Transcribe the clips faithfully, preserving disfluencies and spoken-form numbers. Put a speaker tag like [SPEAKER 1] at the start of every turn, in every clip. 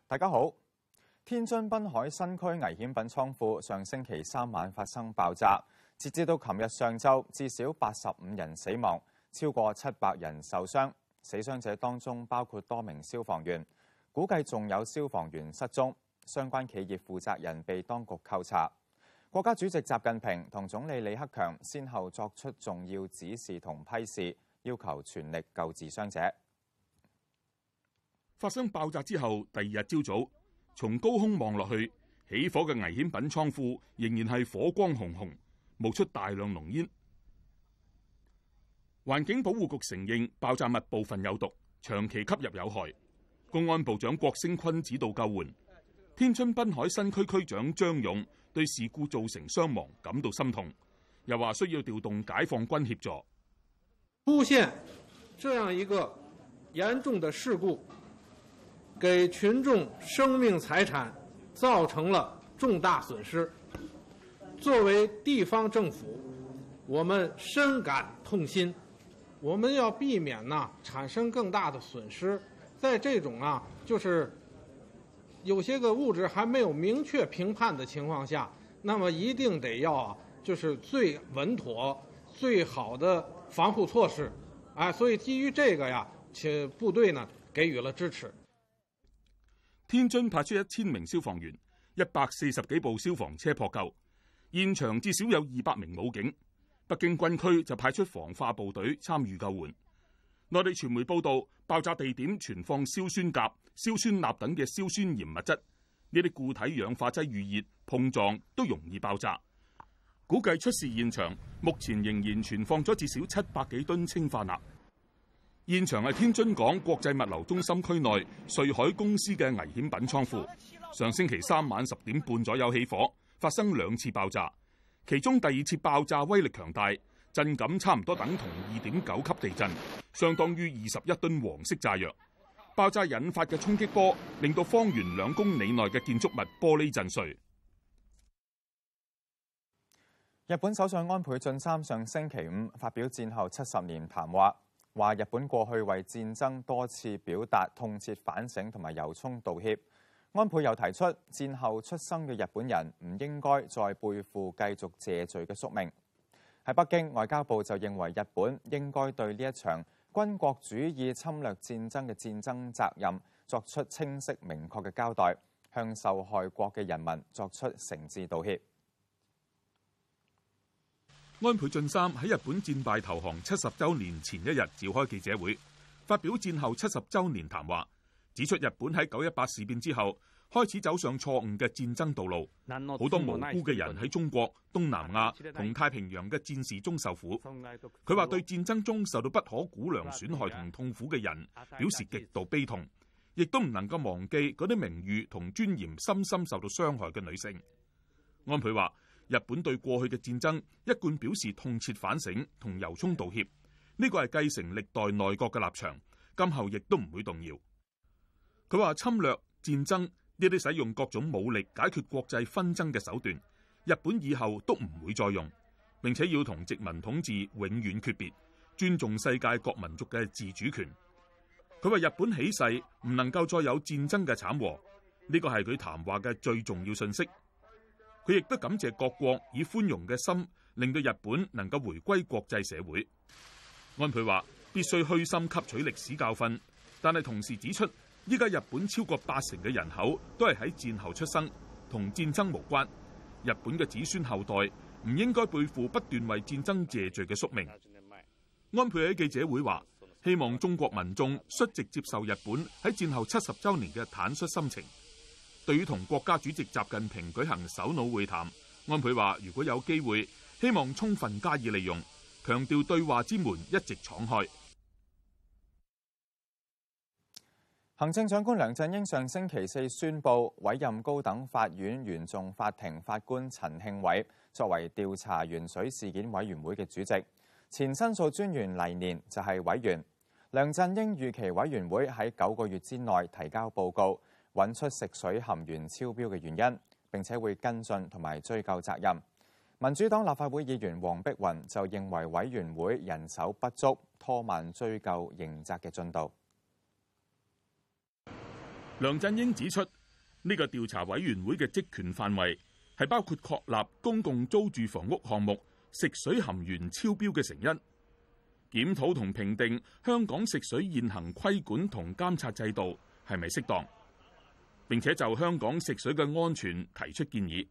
[SPEAKER 1] 大家好，天津濱海新區危險品倉庫上星期三晚發生爆炸，截至到琴日上晝，至少八十五人死亡，超過七百人受傷。死傷者當中包括多名消防員，估計仲有消防員失蹤。相關企業負責人被當局扣查。國家主席習近平同總理李克強先後作出重要指示同批示，要求全力救治傷者。
[SPEAKER 2] 發生爆炸之後，第二日朝早，從高空望落去，起火嘅危險品倉庫仍然係火光紅紅，冒出大量濃煙。環境保護局承認爆炸物部分有毒，長期吸入有害。公安部長郭聲琨指導救援。天津濱海新區區長張勇對事故造成傷亡感到心痛，又話需要調動解放軍協助。
[SPEAKER 3] 出現這樣一個嚴重的事故，給群眾生命財產造成了重大損失。作為地方政府，我們深感痛心。我們要避免呢產生更大的損失。在這種啊，就是有些個物質還沒有明確評判的情況下，那麼一定得要啊，就是最穩妥、最好的防護措施。啊，所以基於這個呀，且部隊呢給予了支持。
[SPEAKER 2] 天津派出一千名消防員，一百四十幾部消防車撲救，現場至少有二百名武警。北京軍區就派出防化部隊參與救援。內地傳媒報道，爆炸地點存放硝酸鉀、硝酸鈉等嘅硝酸鹽物質，呢啲固體氧化劑遇熱碰撞都容易爆炸。估計出事現場目前仍然存放咗至少七百幾噸氰化鈉。現場係天津港國際物流中心區內瑞海公司嘅危險品倉庫。上星期三晚十點半左右起火，發生兩次爆炸，其中第二次爆炸威力強大，震感差唔多等同二點九級地震，相當於二十一噸黃色炸藥。爆炸引發嘅衝擊波令到方圓兩公里內嘅建築物玻璃震碎。
[SPEAKER 1] 日本首相安倍晉三上星期五發表戰後七十年談話，話日本過去為戰爭多次表達痛切反省同埋由衷道歉。安倍又提出，戰後出生嘅日本人唔應該再背負繼續謝罪嘅宿命。喺北京，外交部就認為日本應該對呢一場軍國主義侵略戰爭嘅戰爭責任作出清晰明確嘅交代，向受害國嘅人民作出誠摯道歉。
[SPEAKER 2] 安倍晉三喺日本戰敗投降七十週年前一日召開記者會，發表戰後七十週年談話，指出日本喺九一八事變之後開始走上錯誤嘅戰爭道路，好多無辜嘅人喺中國、東南亞同太平洋嘅戰事中受苦。佢話對戰爭中受到不可估量損害同痛苦嘅人表示極度悲痛，亦都唔能夠忘記嗰啲名譽同尊嚴深深受到傷害嘅女性。安倍話，日本對過去嘅戰爭一貫表示痛切反省同由衷道歉，呢個係繼承歷代內閣嘅立場，今後亦都唔會動搖。佢話侵略、戰爭呢啲使用各種武力解決國際紛爭嘅手段，日本以後都唔會再用，並且要同殖民統治永遠決別，尊重世界各民族嘅自主權。佢話日本起誓唔能夠再有戰爭嘅慘禍，呢個係佢談話嘅最重要信息。佢亦都感謝各國以寬容嘅心，令到日本能夠回歸國際社會。安倍話必須虛心吸取歷史教訓，但係同時指出，依家日本超過八成嘅人口都係喺戰後出生，同戰爭無關。日本嘅子孫後代唔應該背負不斷為戰爭謝罪嘅宿命。安倍喺記者會話，希望中國民眾率直接受日本喺戰後七十週年嘅坦率心情。對於同國家主席習近平舉行首腦會談，安倍話如果有機會，希望充分加以利用，強調對話之門一直敞開。
[SPEAKER 1] 行政長官梁振英上星期四宣布委任高等法院原訟法庭法官陳慶偉作為調查鉛水事件委員會嘅主席，前申訴專員黎年就係委員。梁振英預期委員會喺九個月之內提交報告，揾出食水含鉛超標嘅原因，並且會跟進同埋追究責任。民主黨立法會議員黃碧雲就認為委員會人手不足，拖慢追究刑責嘅進度。
[SPEAKER 2] 梁振英指出，呢個調查委員會嘅職權範圍係包括確立公共租住房屋項目食水含鉛超標嘅成因，檢討同評定香港食水現行規管同監察制度係咪適當，並且就香港食水嘅安全提出建議。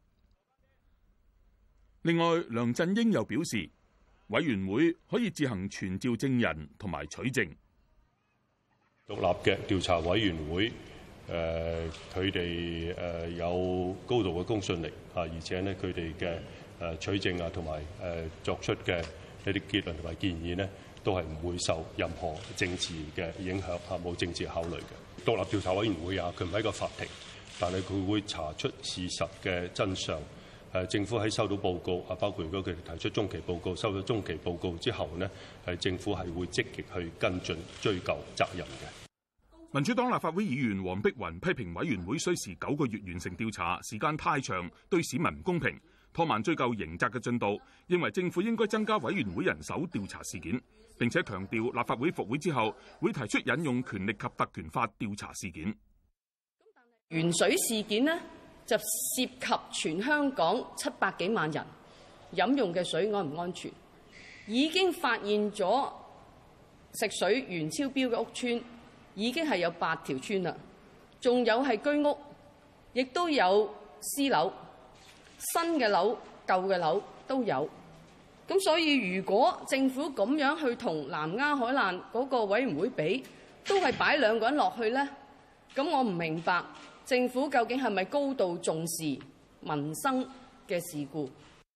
[SPEAKER 2] 另外，梁振英又表示，委員會可以自行傳召證人同埋取證。
[SPEAKER 4] 獨立嘅調查委員會，誒佢哋誒有高度嘅公信力啊，而且呢，佢哋嘅誒取證啊同埋誒作出嘅一啲結論同埋建議呢，都係唔會受任何政治嘅影響啊，冇政治考慮嘅。獨立調查委員會啊，佢唔係一個法庭，但係佢會查出事實嘅真相。誒政府喺收到報告啊，包括如果佢哋提出中期報告，收到中期報告之後呢，係政府係會積極去跟進追究責任嘅。
[SPEAKER 2] 民主黨立法會議員黃碧雲批評委員會需時九個月完成調查，時間太長，對市民唔公平，拖慢追究刑責嘅進度。認為政府應該增加委員會人手調查事件，並且強調立法會復會之後會提出引用權力及特權法調查事件。
[SPEAKER 5] 鉛水事件呢，就涉及全香港七百幾萬人飲用嘅水安唔安全，已經發現咗食水鉛超標嘅屋邨已經係有八條村啦，仲有係居屋，亦都有私樓，新嘅樓、舊嘅樓都有。咁所以如果政府咁樣去同南丫海難嗰個委員會比，都係擺兩個人落去呢，咁我唔明白政府究竟係咪高度重視民生嘅事故？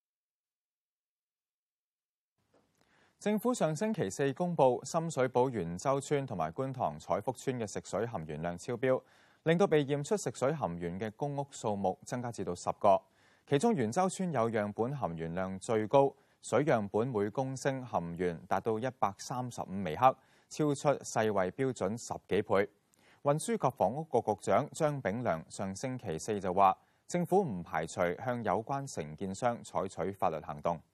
[SPEAKER 1] 政府上星期四公布深水埗元州村同埋觀塘彩福村嘅食水含鉛量超標，令到被驗出食水含鉛嘅公屋數目增加至到十個。其中元州村有樣本含鉛量最高，水樣本每公升含鉛達到一百三十五微克，超出世衛標準十幾倍。運輸及房屋局局長張炳良上星期四就話，政府唔排除向有關承建商採取法律行動。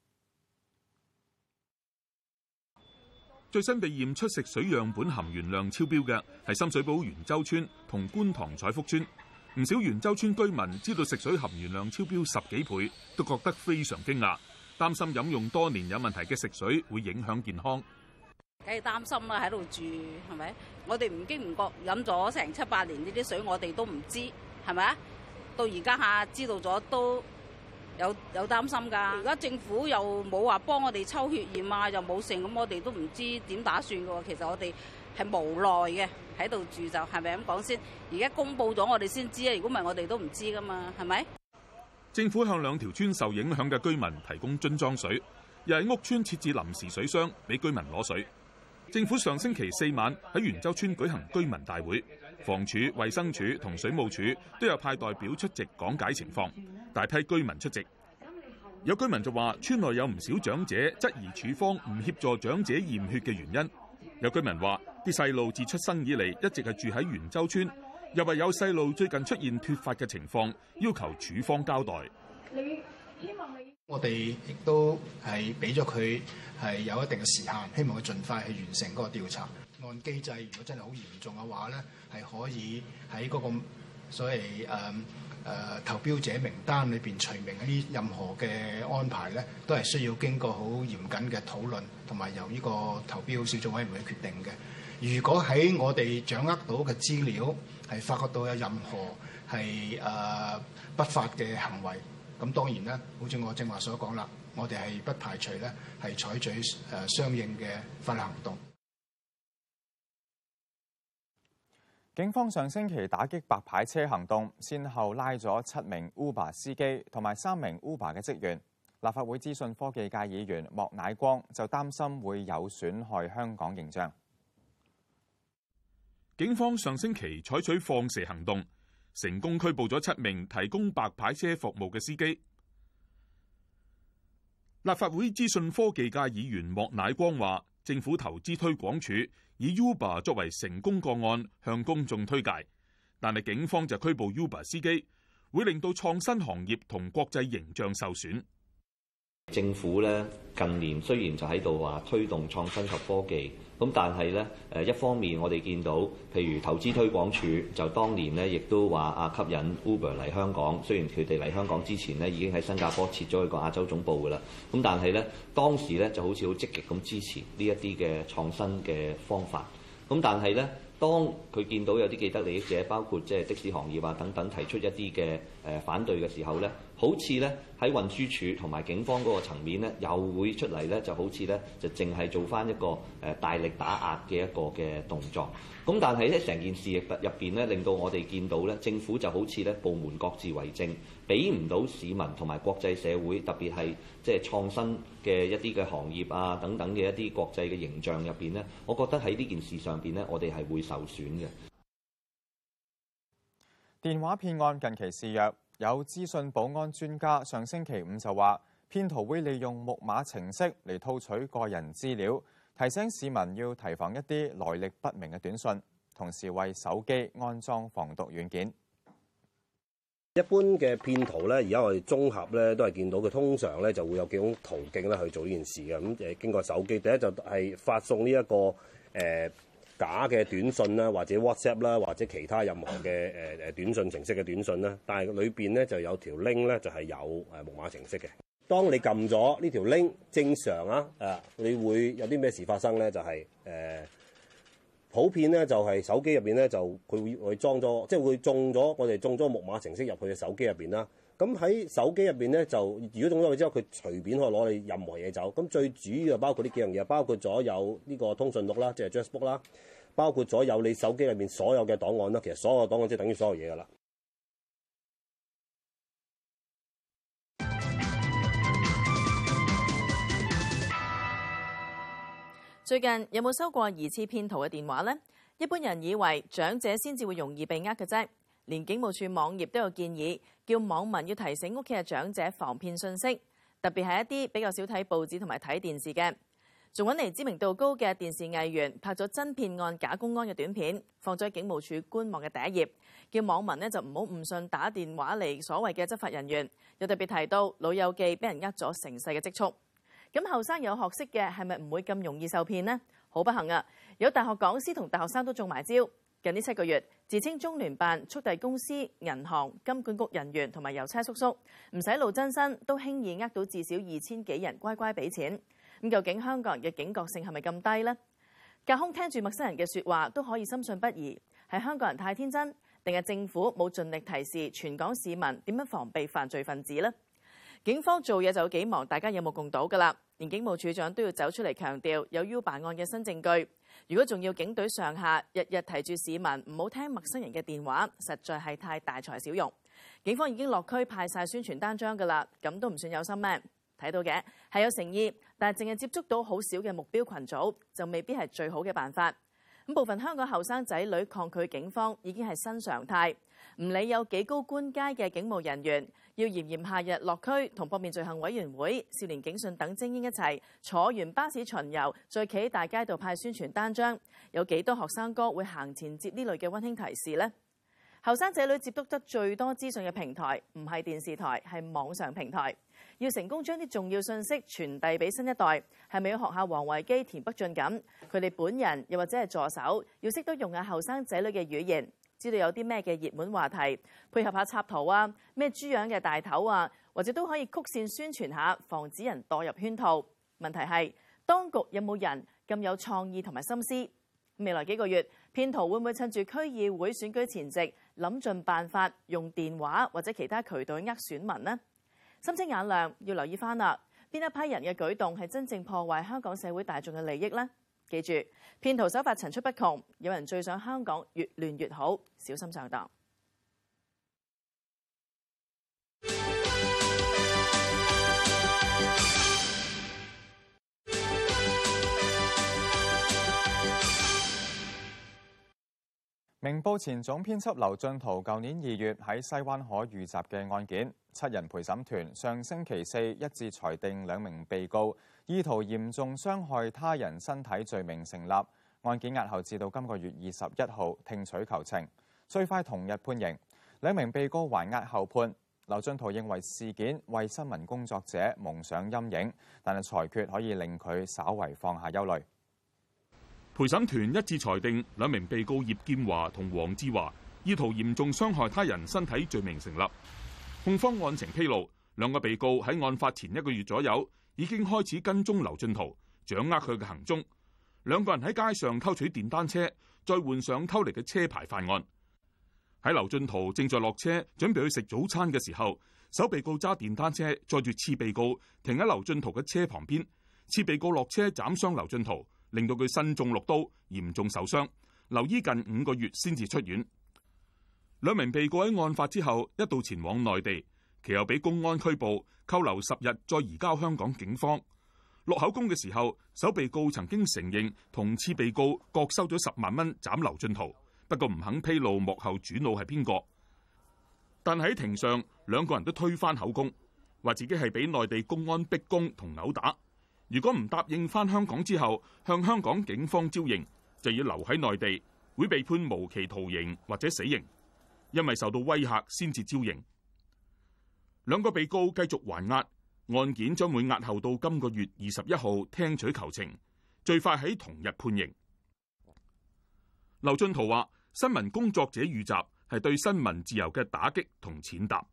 [SPEAKER 2] 最新被驗出食水樣本含鉛量超標嘅係深水埗元州村同觀塘彩福村。唔少元州村居民知道食水含鉛量超標十幾倍，都覺得非常驚訝，擔心飲用多年有問題嘅食水會影響健康。
[SPEAKER 6] 梗係擔心啦，喺度住係咪？我哋唔經唔覺飲咗成七八年呢啲水，我哋都唔知係咪啊？到而家下知道咗都有有擔心㗎。而家政府又冇話幫我哋抽血驗啊，又冇剩，咁我哋都唔知點打算㗎喎。其實我哋係無奈嘅，喺度住就係咪咁講先？而家公佈咗我哋先知啊，如果唔係我哋都唔知㗎嘛，係咪？
[SPEAKER 2] 政府向兩條村受影響嘅居民提供樽裝水，又喺屋村設置臨時水箱俾居民攞水。政府上星期四晚喺元州村舉行居民大會，房署、衛生署同水務署都有派代表出席講解情況，大批居民出席。有居民就話，村內有唔少長者質疑署方唔協助長者驗血嘅原因。有居民話，啲細路自出生以嚟一直係住喺元州村，又話有細路最近出現脫髮嘅情況，要求署方交代。
[SPEAKER 7] 我哋亦都係俾咗佢係有一定嘅時限，希望佢盡快去完成嗰個調查。按機制，如果真係好嚴重嘅話咧，係可以喺嗰個所謂誒誒、呃、投標者名單裏邊除名嗰啲任何嘅安排咧，都係需要經過好嚴謹嘅討論，同埋由呢個投標小組委員會決定嘅。如果喺我哋掌握到嘅資料係發覺到有任何係誒、呃、不法嘅行為，咁當然咧，好似我正話所講啦，我哋係不排除咧係採取誒相應嘅法律行動。
[SPEAKER 1] 警方上星期打擊白牌車行動，先後拉咗七名 Uber 司機同埋三名 Uber 嘅職員。立法會資訊科技界議員莫乃光就擔心會有損害香港形象。
[SPEAKER 2] 警方上星期採取放蛇行動，成功拘捕咗七名提供白牌車服務嘅司機。立法會資訊科技界議員莫乃光話，政府投資推廣署以 Uber 作為成功個案向公眾推介，但係警方就拘捕 Uber 司機，會令到創新行業同國際形象受損。
[SPEAKER 8] 政府咧近年雖然就喺度話推動創新及科技，咁但係咧誒一方面我哋見到，譬如投資推廣署就當年咧亦都話啊吸引 Uber 嚟香港，雖然佢哋嚟香港之前咧已經喺新加坡設咗佢個亞洲總部㗎啦，咁但係咧當時咧就好似好積極咁支持呢一啲嘅創新嘅方法，咁但係咧。當佢見到有啲既得利益者，包括即係的士行業啊等等，提出一啲嘅誒反對嘅時候咧，好似咧喺運輸署同埋警方嗰個層面咧，又會出嚟咧，就好似咧就淨係做翻一個誒大力打壓嘅一個嘅動作。咁但係咧成件事入邊咧，令到我哋見到咧，政府就好似咧部門各自為政，俾唔到市民同埋國際社會，特別係即係創新嘅一啲嘅行業啊等等嘅一啲國際嘅形象入邊咧，我覺得喺呢件事上邊咧，我哋係會受損嘅。
[SPEAKER 1] 電話騙案近期肆虐，有資訊保安專家上星期五就話，騙徒會利用木馬程式嚟套取個人資料，提醒市民要提防一啲來歷不明嘅短訊，同時為手機安裝防毒軟件。
[SPEAKER 9] 一般嘅騙徒咧，而家我哋綜合咧都係見到佢通常咧就會有幾種途徑咧去做呢件事嘅。咁誒經過手機，第一就係發送呢、這、一個誒、呃、假嘅短訊啦，或者 WhatsApp 啦，或者其他任何嘅誒誒短訊程式嘅短訊啦。但係裏邊咧就有條 link 咧就係有誒木馬程式嘅。當你撳咗呢條 link，正常啊誒，你會有啲咩事發生咧？就係、是、誒。呃普遍咧就係手機入邊咧就佢會會裝咗，即係會中咗我哋中咗木馬程式入去嘅手機入邊啦。咁喺手機入邊咧就如果中咗佢之後，佢隨便可以攞你任何嘢走。咁最主要包括呢幾樣嘢，包括咗有呢個通訊錄啦，即係 address book 啦，包括咗有你手機入邊所有嘅檔案啦。其實所有檔案即係等於所有嘢㗎啦。
[SPEAKER 10] 最近有冇收過疑似騙徒嘅電話呢？一般人以為長者先至會容易被呃嘅啫，連警務處網頁都有建議，叫網民要提醒屋企嘅長者防騙信息，特別係一啲比較少睇報紙同埋睇電視嘅。仲揾嚟知名度高嘅電視藝員拍咗真騙案假公安嘅短片，放咗喺警務處官網嘅第一頁，叫網民呢就唔好誤信打電話嚟所謂嘅執法人員，又特別提到老友記俾人呃咗成世嘅積蓄。咁後生有學識嘅係咪唔會咁容易受騙呢？好不幸啊！有大學講師同大學生都中埋招。近呢七個月，自稱中聯辦、速遞公司、銀行、金管局人員同埋郵差叔叔，唔使露真身都輕易呃到至少二千幾人乖乖俾錢。咁究竟香港人嘅警覺性係咪咁低呢？隔空聽住陌生人嘅説話都可以深信不疑，係香港人太天真，定係政府冇盡力提示全港市民點樣防備犯罪分子呢？警方做嘢就有幾忙，大家有目共睹㗎啦。連警務處長都要走出嚟強調有 U 辦案嘅新證據。如果仲要警隊上下日日提住市民唔好聽陌生人嘅電話，實在係太大材小用。警方已經落區派晒宣傳單張㗎啦，咁都唔算有心咩？睇到嘅係有誠意，但係淨係接觸到好少嘅目標群組，就未必係最好嘅辦法。咁部分香港後生仔女抗拒警方已經係新常態，唔理有幾高官階嘅警務人員，要炎炎夏日落區同撲滅罪行委員會、少年警訊等精英一齊坐完巴士巡遊，再企喺大街度派宣傳單張，有幾多學生哥會行前接呢類嘅溫馨提示呢？後生仔女接觸得最多資訊嘅平台唔係電視台，係網上平台。要成功將啲重要信息傳遞俾新一代，係咪要學下王維基、田北俊咁？佢哋本人又或者係助手，要識得用下後生仔女嘅語言，知道有啲咩嘅熱門話題，配合下插圖啊，咩豬樣嘅大頭啊，或者都可以曲線宣傳下，防止人墮入圈套。問題係當局有冇人咁有創意同埋心思？未來幾個月，騙徒會唔會趁住區議會選舉前夕，諗盡辦法用電話或者其他渠道呃選民呢？心清眼亮，要留意翻啦，邊一批人嘅舉動係真正破壞香港社會大眾嘅利益呢？記住，騙徒手法層出不窮，有人最想香港越亂越好，小心上當。
[SPEAKER 1] 明報前總編輯劉進圖舊年二月喺西灣河遇襲嘅案件，七人陪審團上星期四一致裁定兩名被告意圖嚴重傷害他人身體罪名成立，案件押後至到今個月二十一號聽取求情，最快同日判刑。兩名被告還押候判。 劉進圖認為事件為新聞工作者蒙上陰影，但係裁決可以令佢稍為放下憂慮。
[SPEAKER 2] 陪審團一致裁定兩名被告葉劍華同黃志華意圖嚴重傷害他人身體罪名成立。控方案情披露，兩個被告喺案發前一個月左右已經開始跟蹤劉進圖，掌握佢嘅行蹤。兩個人喺街上偷取電單車，再換上偷嚟嘅車牌犯案。喺劉進圖正在落車準備去食早餐嘅時候，首被告揸電單車載住次被告停喺劉進圖嘅車旁邊，次被告落車斬傷劉進圖，令到佢身中六刀，嚴重受傷，留醫近五個月先至出院。兩名被告喺案發之後一度前往內地，其後被公安拘捕，扣留十日，再移交香港警方。錄口供嘅時候，首被告曾經承認同次被告各收咗十萬蚊斬劉進圖，不過唔肯披露幕後主腦係邊個。但喺庭上，兩個人都推翻口供，話自己係俾內地公安逼供同毆打。如果唔答應返香港之後向香港警方招認，就要留喺內地，會被判無期徒刑或者死刑。因為受到威嚇先至招認。兩個被告繼續還押，案件將會押後到今個月二十一號聽取求情，最快喺同日判刑。劉進圖話：新聞工作者遇襲係對新聞自由嘅打擊同踐踏。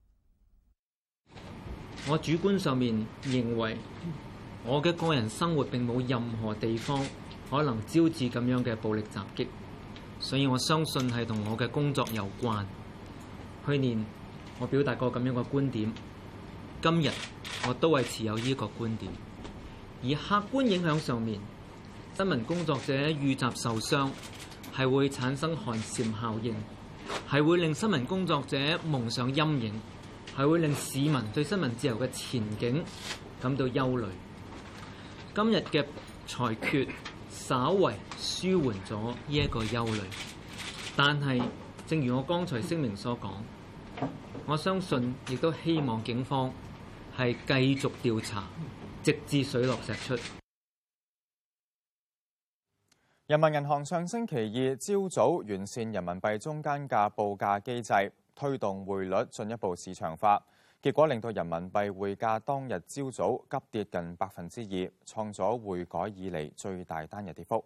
[SPEAKER 11] 我主觀上面認為，我嘅個人生活並冇任何地方可能招致咁樣嘅暴力襲擊，所以我相信係同我嘅工作有關。去年我表達過咁樣嘅觀點，今日我都係持有呢個觀點。而客觀影響上面，新聞工作者遇襲受傷係會產生寒蟬效應，係會令新聞工作者蒙上陰影，係會令市民對新聞自由嘅前景感到憂慮。今日嘅裁決稍為舒緩咗呢一個憂慮，但係正如我剛才聲明所講，我相信亦都希望警方係繼續調查，直至水落石出。
[SPEAKER 1] 人民銀行上星期二朝早完善人民幣中間價報價機制，推動匯率進一步市場化，結果令到人民幣匯價當日朝早急跌近百分之二，創咗匯改以嚟最大單日跌幅。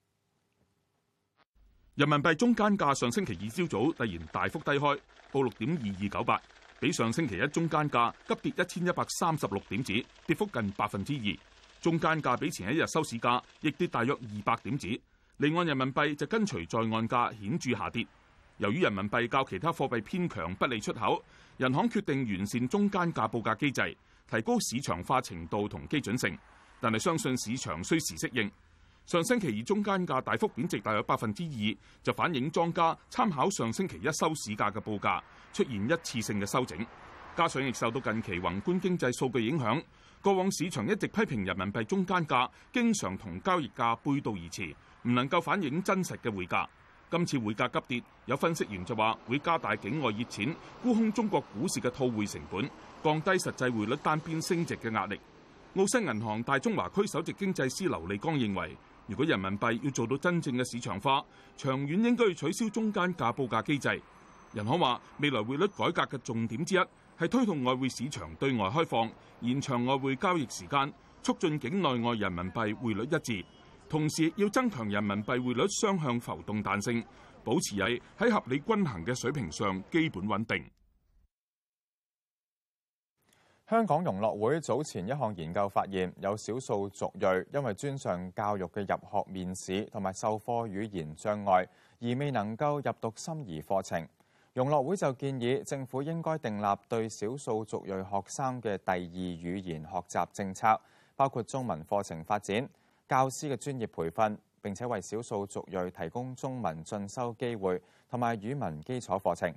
[SPEAKER 2] 人民幣中間價上星期二朝早突然大幅低開，報六點二二九八，比上星期一中間價急跌一千一百三十六點子，跌幅近百分之二。中間價比前一日收市價亦跌大約二百點子。離岸人民幣就跟隨在岸價顯著下跌。由於人民幣較其他貨幣偏強，不利出口，人行決定完善中間價報價機制，提高市場化程度同基準性。但係相信市場需時適應。上星期二中間價大幅貶值大約百分之二，就反映莊家參考上星期一收市價嘅報價出現一次性嘅修整，加上亦受到近期宏觀經濟數據影響，過往市場一直批評人民幣中間價經常同交易價背道而馳，唔能夠反映真實嘅匯價。今次匯價急跌，有分析員就話會加大境外熱錢沽空中國股市嘅套匯成本，降低實際匯率單邊升值嘅壓力。澳新銀行大中華區首席經濟師劉利剛認為，如果人民幣要做到真正嘅市場化，長遠應該要取消中間價報價機制。人行話，未來匯率改革嘅重點之一係推動外匯市場對外開放，延長外匯交易時間，促進境內外人民幣匯率一致，同時要增強人民幣匯率雙向浮動彈性，保持喺喺合理均衡嘅水平上基本穩定。
[SPEAKER 1] 香港融樂會早前一項研究發現，有少數族裔因為專上教育嘅入學面試同埋授課語言障礙，而未能夠入讀心儀課程。融樂會就建議政府應該訂立對少數族裔學生嘅第二語言學習政策，包括中文課程發展、教師嘅專業培訓，並且為少數族裔提供中文進修機會同埋語文基礎課程。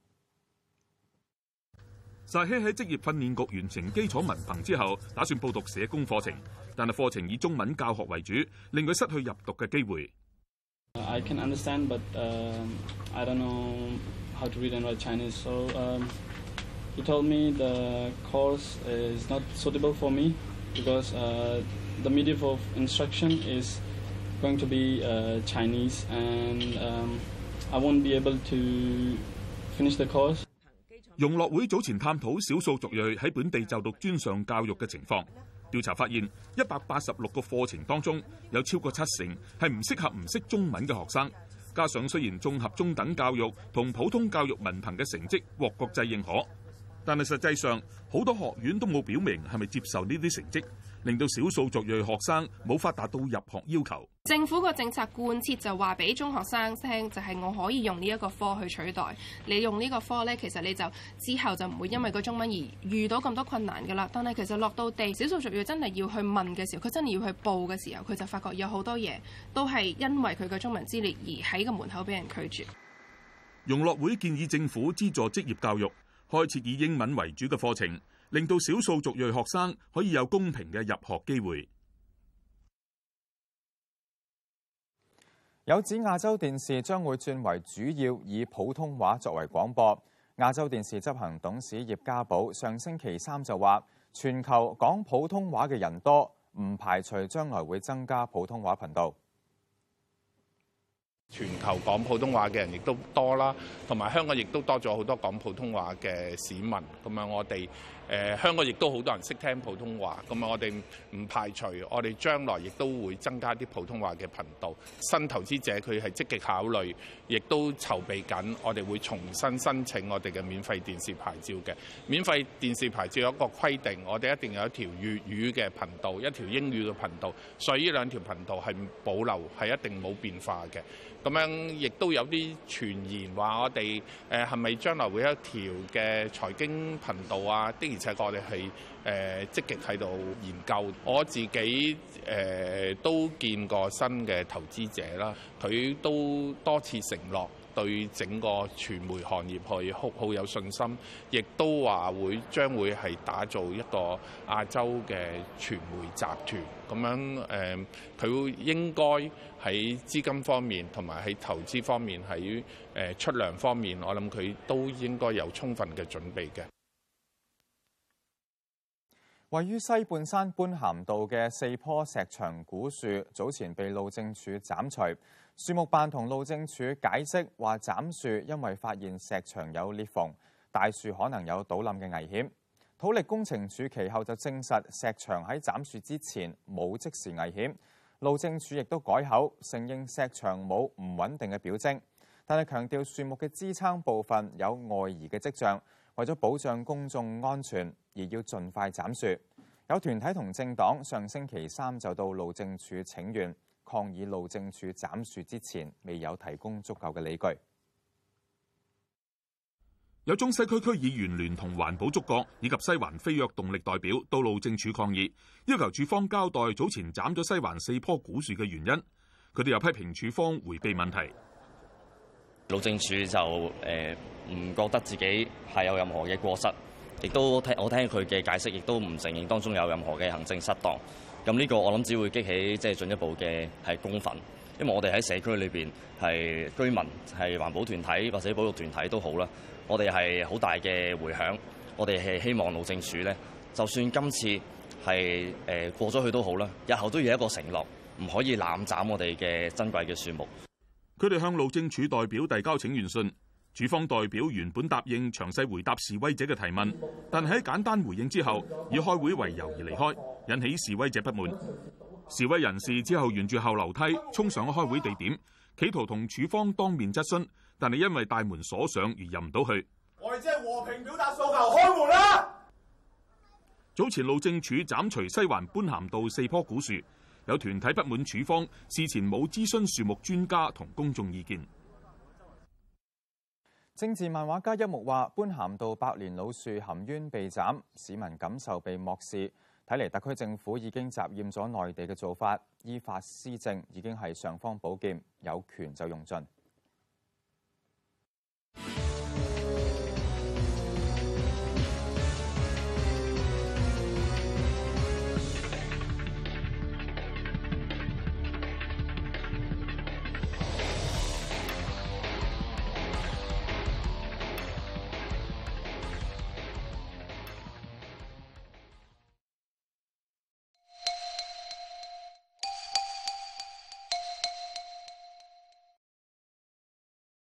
[SPEAKER 2] 薩希喺職業訓練局完成基礎文憑之後，打算報讀社工課程，但係課程以中文教學為主，令佢失去入讀嘅機會。
[SPEAKER 12] I can understand, but I don't know how to read and write Chinese. So he told me the course is not suitable for me because the medium of instruction is going to be Chinese, and I won't be able to finish the course.
[SPEAKER 2] 融樂會早前探討少數族裔喺本地就讀專上教育嘅情況，調查發現一百八十六個課程當中有超過七成係唔適合唔識中文嘅學生。加上雖然綜合中等教育同普通教育文憑嘅成績獲國際認可，但係實際上好多學院都冇表明係咪接受呢啲成績，令到少數族裔學生冇法達到入學要求。
[SPEAKER 13] 政府個政策貫徹就話俾中學生聽，就係我可以用呢一個科去取代你用呢個科呢，其實你就之後就唔會因為個中文而遇到咁多困難㗎啦。但係其實落到地，少數族裔真係要去問嘅時候，佢真係要去報嘅時候，佢就發覺有好多嘢都係因為佢嘅中文資歷而喺個門口俾人拒絕。
[SPEAKER 2] 融樂會建議政府資助職業教育，開設以英文為主嘅課程，令到少數族裔學生可以有公平嘅入學機會。
[SPEAKER 1] 有指亞洲電視將會轉為主要以普通話作為廣播。亞洲電視執行董事葉家寶上星期三就話，全球講普通話嘅人多，唔排除將來會增加普通話頻道。
[SPEAKER 14] 全球講普通話嘅人亦都多啦，同埋香港亦都多咗好多講普通話嘅市民。咁啊，我哋誒香港亦都好多人識聽普通話。咁啊，我哋唔排除我哋將來亦都會增加啲普通話嘅頻道。新投資者佢係積極考慮，亦都籌備緊。我哋會重新申請我哋嘅免費電視牌照嘅。免費電視牌照有一個規定，我哋一定有一條粵語嘅頻道，一條英語嘅頻道。所以呢兩條頻道係保留，係一定冇變化嘅。咁樣亦都有啲傳言話我哋誒係咪將來會有一條嘅財經頻道啊？的而且確我哋係誒積極喺度研究。我自己誒、呃、都見過新嘅投資者啦，佢都多次承諾對整個傳媒行業係好好有信心，亦都話會將會係打造一個亞洲嘅傳媒集團。咁樣誒，佢應該喺資金方面同埋喺投資方面，喺誒出糧方面，我諗佢都應該有充分嘅準備嘅。
[SPEAKER 1] 位於西半山般咸道嘅四棵石牆古樹，早前被路政署斬除。樹木辦同路政署解釋話，斬樹因為發現石牆有裂縫，大樹可能有倒冧嘅危險。土力工程署其後就證實石牆喺斬樹之前冇即時危險。路政署亦都改口承認石牆冇唔穩定嘅表徵，但係強調樹木嘅支撐部分有外移嘅跡象，為咗保障公眾安全而要盡快斬樹。有團體同政黨上星期三就到路政署請願，抗議路政署斬樹之前未有提供足夠嘅理據。
[SPEAKER 2] 有中西區區議員聯同環保觸覺以及西環飛躍動力代表到路政署抗議，要求署方交代早前斬咗西環四棵古樹嘅原因。佢哋又批評署方迴避問題。
[SPEAKER 15] 路政署就誒唔覺得自己係有任何嘅過失，亦都聽我聽佢嘅解釋，亦都唔承認當中有任何嘅行政失當。咁呢個我諗只會激起即係進一步嘅係公憤，因為我哋喺社區裏邊係居民、係環保團體或者保育團體都好啦，我哋係好大嘅迴響。我哋係希望路政署咧，就算今次係誒過咗去都好啦，日後都要一個承諾，唔可以濫斬我哋嘅珍貴嘅樹木。
[SPEAKER 2] 佢哋向路政署代表遞交請願信，署方代表原本答應詳細回答示威者嘅提問，但喺簡單回應之後，以開會為由而離開，引起示威者不滿。示威人士之後沿住後樓梯衝上咗開會地點，企圖同署方當面質詢，但係因為大門鎖上而入唔到去。
[SPEAKER 16] 我哋即係和平表達訴求，開門啦！
[SPEAKER 2] 早前路政署斬除西環般咸道四棵古樹，有團體不滿署方事前冇諮詢樹木專家同公眾意見。
[SPEAKER 1] 政治漫畫家一木話：般咸道百年老樹含冤被斬，市民感受被漠視。睇嚟特區政府已經習厭咗內地嘅做法，依法施政已經係尚方寶劍，有權就用盡。